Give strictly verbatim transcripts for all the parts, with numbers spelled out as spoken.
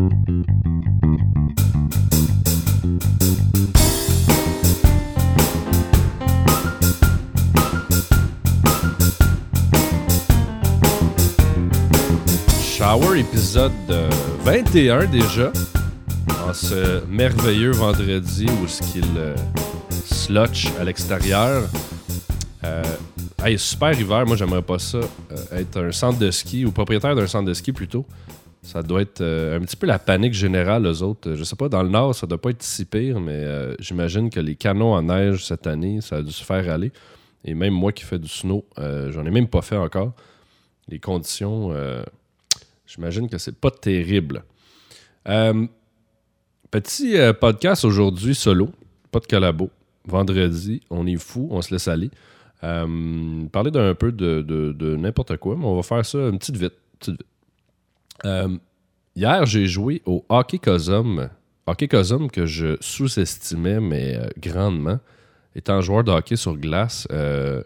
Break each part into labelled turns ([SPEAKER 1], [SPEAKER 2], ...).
[SPEAKER 1] Shower épisode vingt et un déjà, en ce merveilleux vendredi où ce qu'il euh, slotch à l'extérieur. Euh, hey, super hiver, moi j'aimerais pas ça euh, être un centre de ski ou propriétaire d'un centre de ski plutôt. Ça doit être euh, un petit peu la panique générale, eux autres. Je sais pas, dans le nord, ça doit pas être si pire, mais euh, j'imagine que les canons en neige cette année, ça a dû se faire aller. Et même moi qui fais du snow, euh, j'en ai même pas fait encore. Les conditions... Euh, J'imagine que c'est pas terrible. Euh, petit euh, podcast aujourd'hui solo, pas de collabo. Vendredi, on est fou, on se laisse aller. Euh, parler d'un peu de, de, de n'importe quoi, mais on va faire ça une petite vite. Petite vite. Euh, hier, j'ai joué au Hockey Cosum. Hockey Cosum que je sous-estimais, mais euh, grandement. Étant joueur de hockey sur glace, euh,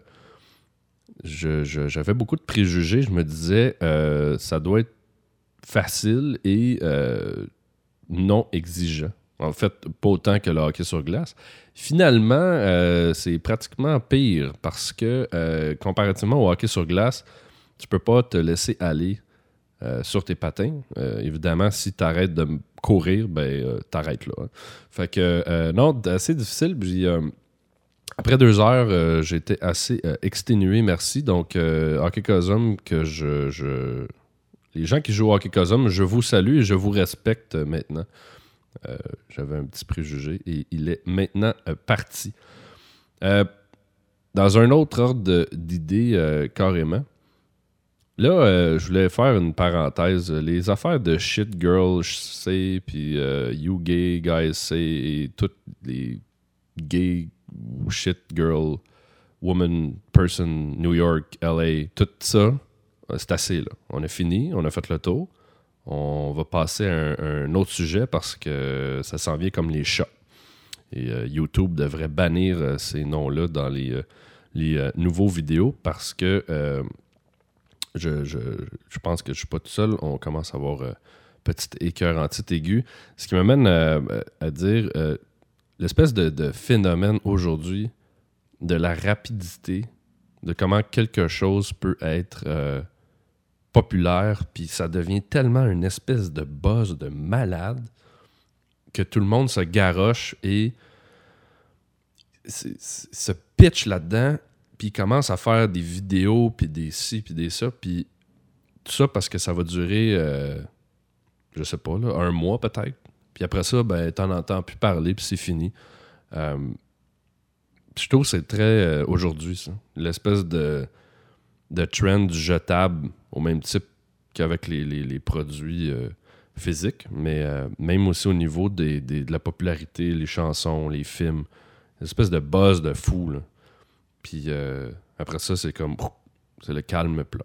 [SPEAKER 1] je, je, j'avais beaucoup de préjugés. Je me disais, euh, ça doit être facile et euh, non exigeant. En fait, pas autant que le hockey sur glace. Finalement, euh, c'est pratiquement pire parce que, euh, comparativement au hockey sur glace, tu peux pas te laisser aller euh, sur tes patins. Euh, évidemment, si tu arrêtes de courir, ben, euh, t'arrêtes là. Hein. Fait que, euh, non, assez difficile. Puis, euh, après deux heures, euh, j'étais assez euh, exténué, merci. Donc, euh, Hockey Cosum, que je... je Les gens qui jouent au Hockey Cosum, je vous salue et je vous respecte maintenant. Euh, j'avais un petit préjugé et il est maintenant euh, parti. Euh, dans un autre ordre d'idées, euh, carrément, là, euh, je voulais faire une parenthèse. Les affaires de shit girl say, puis euh, you gay guys say, et toutes les gay shit girl, woman, person, New York, L A, tout ça, c'est assez, là. On a fini, on a fait le tour. On va passer à un, un autre sujet parce que ça s'en vient comme les chats. Et euh, YouTube devrait bannir euh, ces noms-là dans les, euh, les euh, nouveaux vidéos parce que euh, je, je, je pense que je suis pas tout seul. On commence à avoir euh, petite écœurantite aiguë. Ce qui m'amène à, à dire euh, l'espèce de, de phénomène aujourd'hui de la rapidité, de comment quelque chose peut être... Euh, populaire, puis ça devient tellement une espèce de buzz de malade que tout le monde se garoche et se pitch là-dedans, puis commence à faire des vidéos, puis des ci, puis des ça, puis tout ça parce que ça va durer, euh, je sais pas, là, un mois peut-être. Puis après ça, ben, t'en entends plus parler, puis c'est fini. Euh, je trouve que c'est très euh, aujourd'hui, ça. L'espèce de, de trend du jetable au même type qu'avec les, les, les produits euh, physiques, mais euh, même aussi au niveau des, des, de la popularité, les chansons, les films, une espèce de buzz de fou. Là. Puis euh, après ça, c'est comme... C'est le calme plat.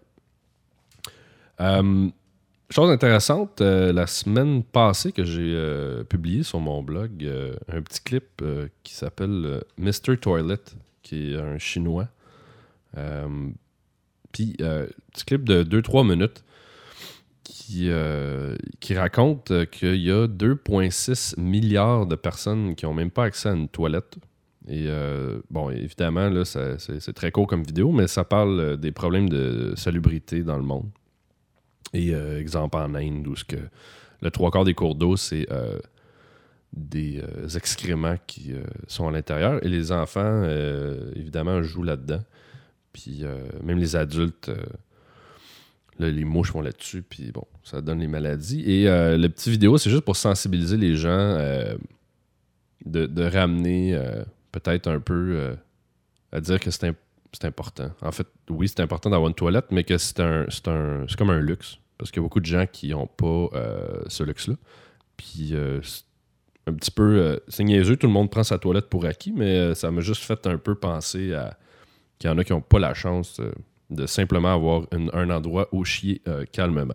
[SPEAKER 1] Euh, chose intéressante, euh, la semaine passée que j'ai euh, publié sur mon blog euh, un petit clip euh, qui s'appelle euh, mister Toilet, qui est un Chinois. Euh, Puis, euh, petit clip de deux trois minutes qui, euh, qui raconte euh, qu'il y a deux virgule six milliards de personnes qui n'ont même pas accès à une toilette. Et, euh, bon, évidemment, là, ça, c'est, c'est très court comme vidéo, mais ça parle euh, des problèmes de salubrité dans le monde. Et, euh, exemple, en Inde, où ce que le trois quarts des cours d'eau, c'est euh, des euh, excréments qui euh, sont à l'intérieur. Et les enfants, euh, évidemment, jouent là-dedans. Puis euh, même les adultes, euh, là, les mouches vont là-dessus, puis bon, ça donne les maladies. Et euh, le petit vidéo, c'est juste pour sensibiliser les gens, euh, de, de ramener euh, peut-être un peu euh, à dire que c'est, imp- c'est important. En fait, oui, c'est important d'avoir une toilette, mais que c'est un, c'est un, c'est comme un luxe. Parce qu'il y a beaucoup de gens qui n'ont pas euh, ce luxe-là. Puis euh, c'est un petit peu, euh, c'est niaiseux, tout le monde prend sa toilette pour acquis, mais euh, ça m'a juste fait un peu penser à qu'il y en a qui n'ont pas la chance euh, de simplement avoir une, un endroit où chier euh, calmement.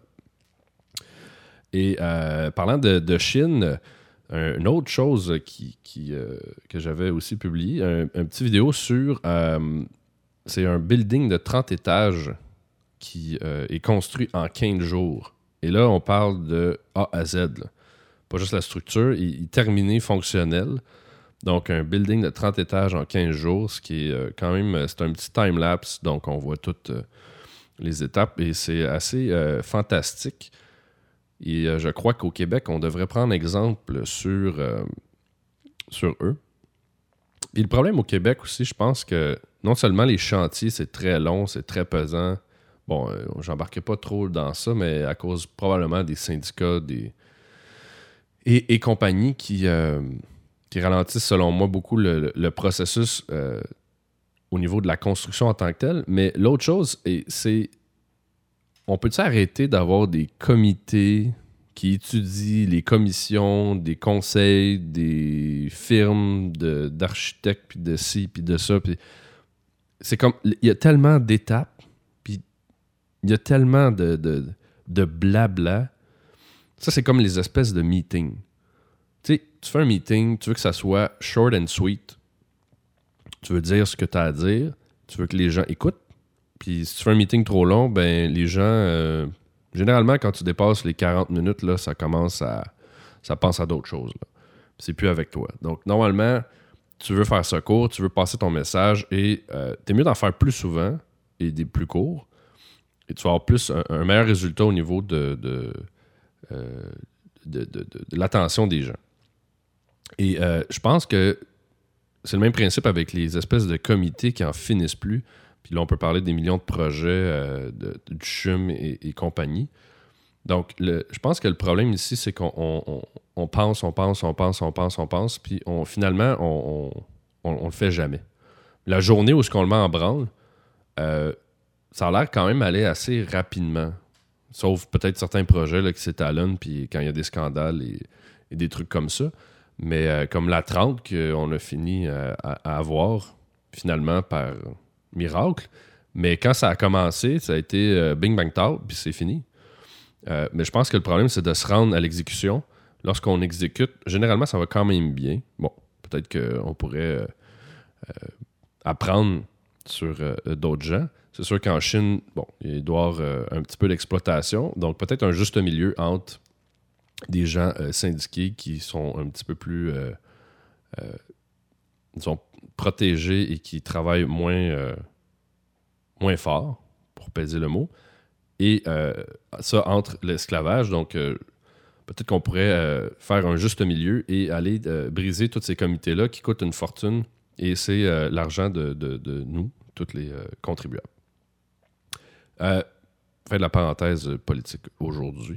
[SPEAKER 1] Et euh, parlant de, de Chine, un, une autre chose qui, qui, euh, que j'avais aussi publié, un, un petit vidéo sur... Euh, c'est un building de trente étages qui euh, est construit en quinze jours. Et là, on parle de A à Z. Là. pas juste la structure, il, il terminé fonctionnel. Donc, un building de trente étages en quinze jours, ce qui est euh, quand même, c'est un petit time-lapse, donc on voit toutes euh, les étapes et c'est assez euh, fantastique. Et euh, je crois qu'au Québec, on devrait prendre exemple sur, euh, sur eux. Et le problème au Québec aussi, je pense que non seulement les chantiers, c'est très long, c'est très pesant. Bon, euh, j'embarquais pas trop dans ça, mais à cause probablement des syndicats des... et, et compagnies qui... Euh, qui ralentissent, selon moi, beaucoup le, le processus euh, au niveau de la construction en tant que tel. Mais l'autre chose, et c'est... On peut-tu arrêter d'avoir des comités qui étudient les commissions, des conseils, des firmes de, d'architectes, puis de ci, puis de ça. Puis c'est comme... Il y a tellement d'étapes, puis il y a tellement de, de, de blabla. Ça, c'est comme les espèces de meetings. Tu sais, tu fais un meeting, tu veux que ça soit short and sweet. Tu veux dire ce que tu as à dire. Tu veux que les gens écoutent. Puis si tu fais un meeting trop long, ben les gens... Euh, généralement, quand tu dépasses les quarante minutes, là, ça commence à... Ça pense à d'autres choses. Là. C'est plus avec toi. Donc, normalement, tu veux faire ça court, tu veux passer ton message et euh, t'es mieux d'en faire plus souvent et des plus courts. Et tu vas avoir plus un, un meilleur résultat au niveau de, de, euh, de, de, de, de l'attention des gens. Et euh, je pense que c'est le même principe avec les espèces de comités qui en finissent plus. Puis là, on peut parler des millions de projets euh, de, de, du C H U M et, et compagnie. Donc, le, je pense que le problème ici, c'est qu'on on, on, on pense, on pense, on pense, on pense, on pense, puis on, finalement, on ne on, on le fait jamais. La journée où ce qu'on le met en branle, euh, ça a l'air quand même aller assez rapidement. Sauf peut-être certains projets là, qui s'étalonnent, puis quand il y a des scandales et, et des trucs comme ça. Mais euh, comme la trente qu'on a fini euh, à, à avoir, finalement, par miracle. Mais quand ça a commencé, ça a été euh, bing bang tao, puis c'est fini. Euh, mais je pense que le problème, c'est de se rendre à l'exécution. Lorsqu'on exécute, généralement, ça va quand même bien. Bon, peut-être qu'on pourrait euh, euh, apprendre sur euh, d'autres gens. C'est sûr qu'en Chine, bon, il doit y avoir euh, un petit peu d'exploitation. Donc, peut-être un juste milieu entre des gens euh, syndiqués qui sont un petit peu plus euh, euh, disons, protégés et qui travaillent moins, euh, moins fort, pour peser le mot. Et euh, ça entre l'esclavage. Donc, euh, peut-être qu'on pourrait euh, faire un juste milieu et aller euh, briser tous ces comités-là qui coûtent une fortune. Et c'est euh, l'argent de, de, de nous, tous les euh, contribuables. Euh, fin de la parenthèse politique aujourd'hui.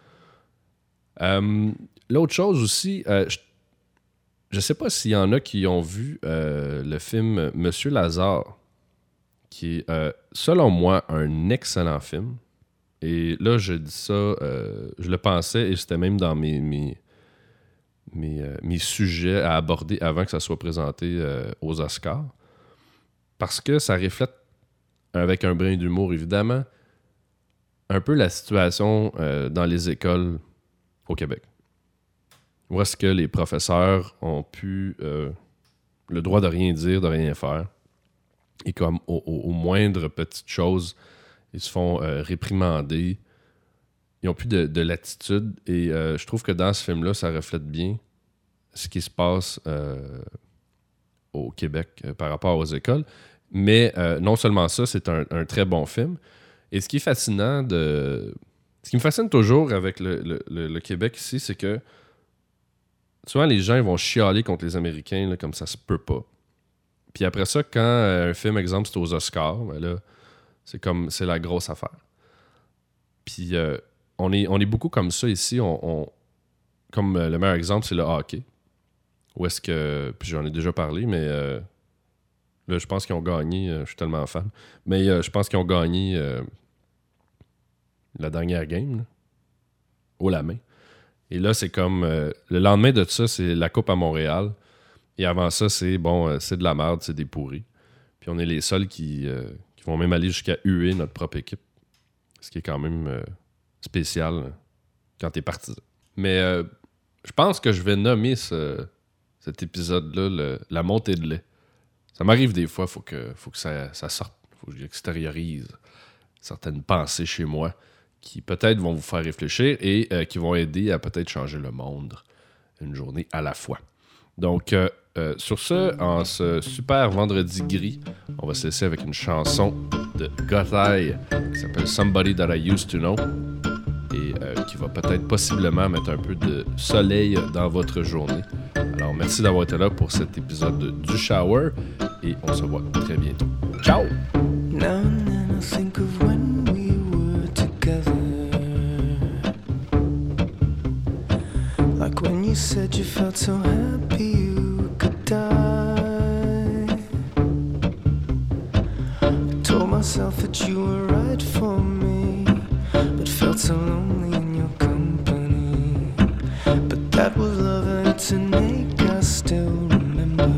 [SPEAKER 1] Euh, l'autre chose aussi, euh, je ne sais pas s'il y en a qui ont vu euh, le film Monsieur Lazare, qui est, euh, selon moi, un excellent film. Et là, je dis ça, euh, je le pensais et c'était même dans mes, mes, mes, euh, mes sujets à aborder avant que ça soit présenté euh, aux Oscars. Parce que ça reflète, avec un brin d'humour évidemment, un peu la situation euh, dans les écoles au Québec. Où est-ce que les professeurs ont pu euh, le droit de rien dire, de rien faire. Et comme au, au, au moindre petite chose, ils se font euh, réprimander. Ils n'ont plus de, de latitude. Et euh, je trouve que dans ce film-là, ça reflète bien ce qui se passe euh, au Québec euh, par rapport aux écoles. Mais euh, non seulement ça, c'est un, un très bon film. Et ce qui est fascinant de... Ce qui me fascine toujours avec le, le, le, le Québec ici, c'est que souvent les gens ils vont chialer contre les Américains là, comme ça se peut pas. Puis après ça, quand euh, un film, exemple, c'est aux Oscars, ben là, c'est comme c'est la grosse affaire. Puis euh, on, est, on est beaucoup comme ça ici. On, on, comme euh, le meilleur exemple, c'est le hockey. Où est-ce que... Puis j'en ai déjà parlé, mais euh, là, je pense qu'ils ont gagné. Euh, je suis tellement fan. Mais euh, je pense qu'ils ont gagné euh, la dernière game, là, haut la main. Et là, c'est comme... Euh, le lendemain de ça, c'est la Coupe à Montréal. Et avant ça, c'est bon, euh, c'est de la merde, c'est des pourris. Puis on est les seuls qui, euh, qui vont même aller jusqu'à huer notre propre équipe. Ce qui est quand même euh, spécial euh, quand t'es partisan. Mais euh, je pense que je vais nommer ce, cet épisode-là le, la montée de lait. Ça m'arrive des fois, il faut que, faut que ça, ça sorte. Il faut que j'extériorise certaines pensées chez moi qui peut-être vont vous faire réfléchir et euh, qui vont aider à peut-être changer le monde une journée à la fois. Donc, euh, euh, sur ce, en ce super vendredi gris, on va se laisser avec une chanson de Gotthard qui s'appelle Somebody That I Used to Know et euh, qui va peut-être possiblement mettre un peu de soleil dans votre journée. Alors, merci d'avoir été là pour cet épisode du Shower et on se voit très bientôt. Ciao!
[SPEAKER 2] Now and then I think of when we were together, like when you said you felt so happy you could die. I told myself that you were right for me, but felt so lonely in your company. But that was love and it's an ache I still remember.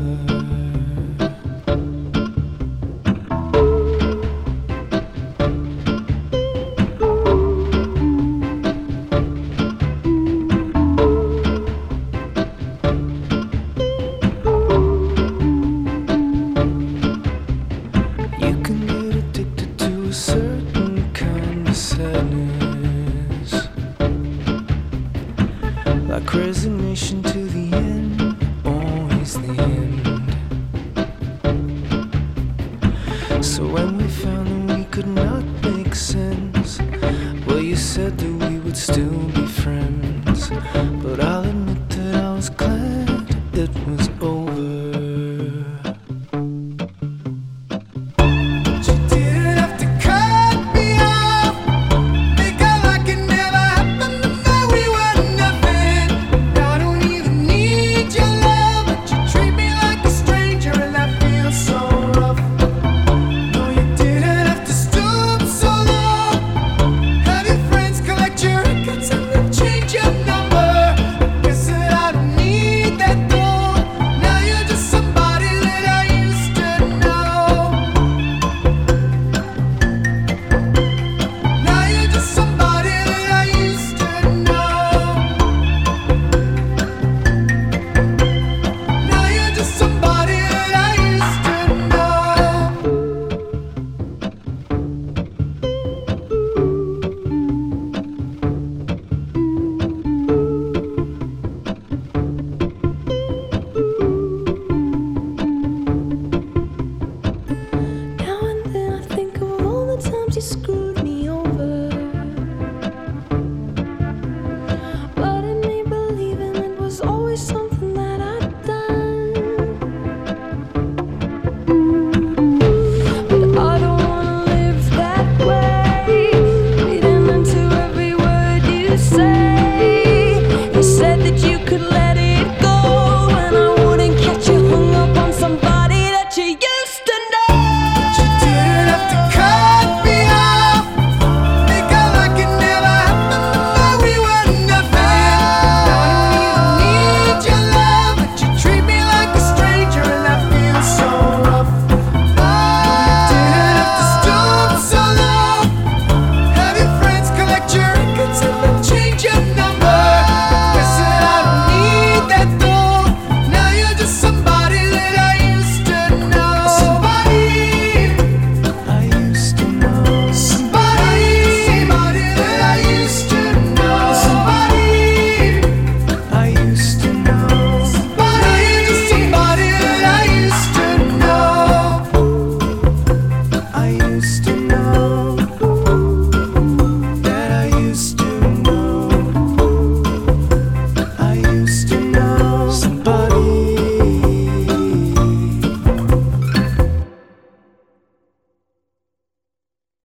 [SPEAKER 2] Like resignation to the end, always the end. So when we found that we could not make sense, well, you said that we would still be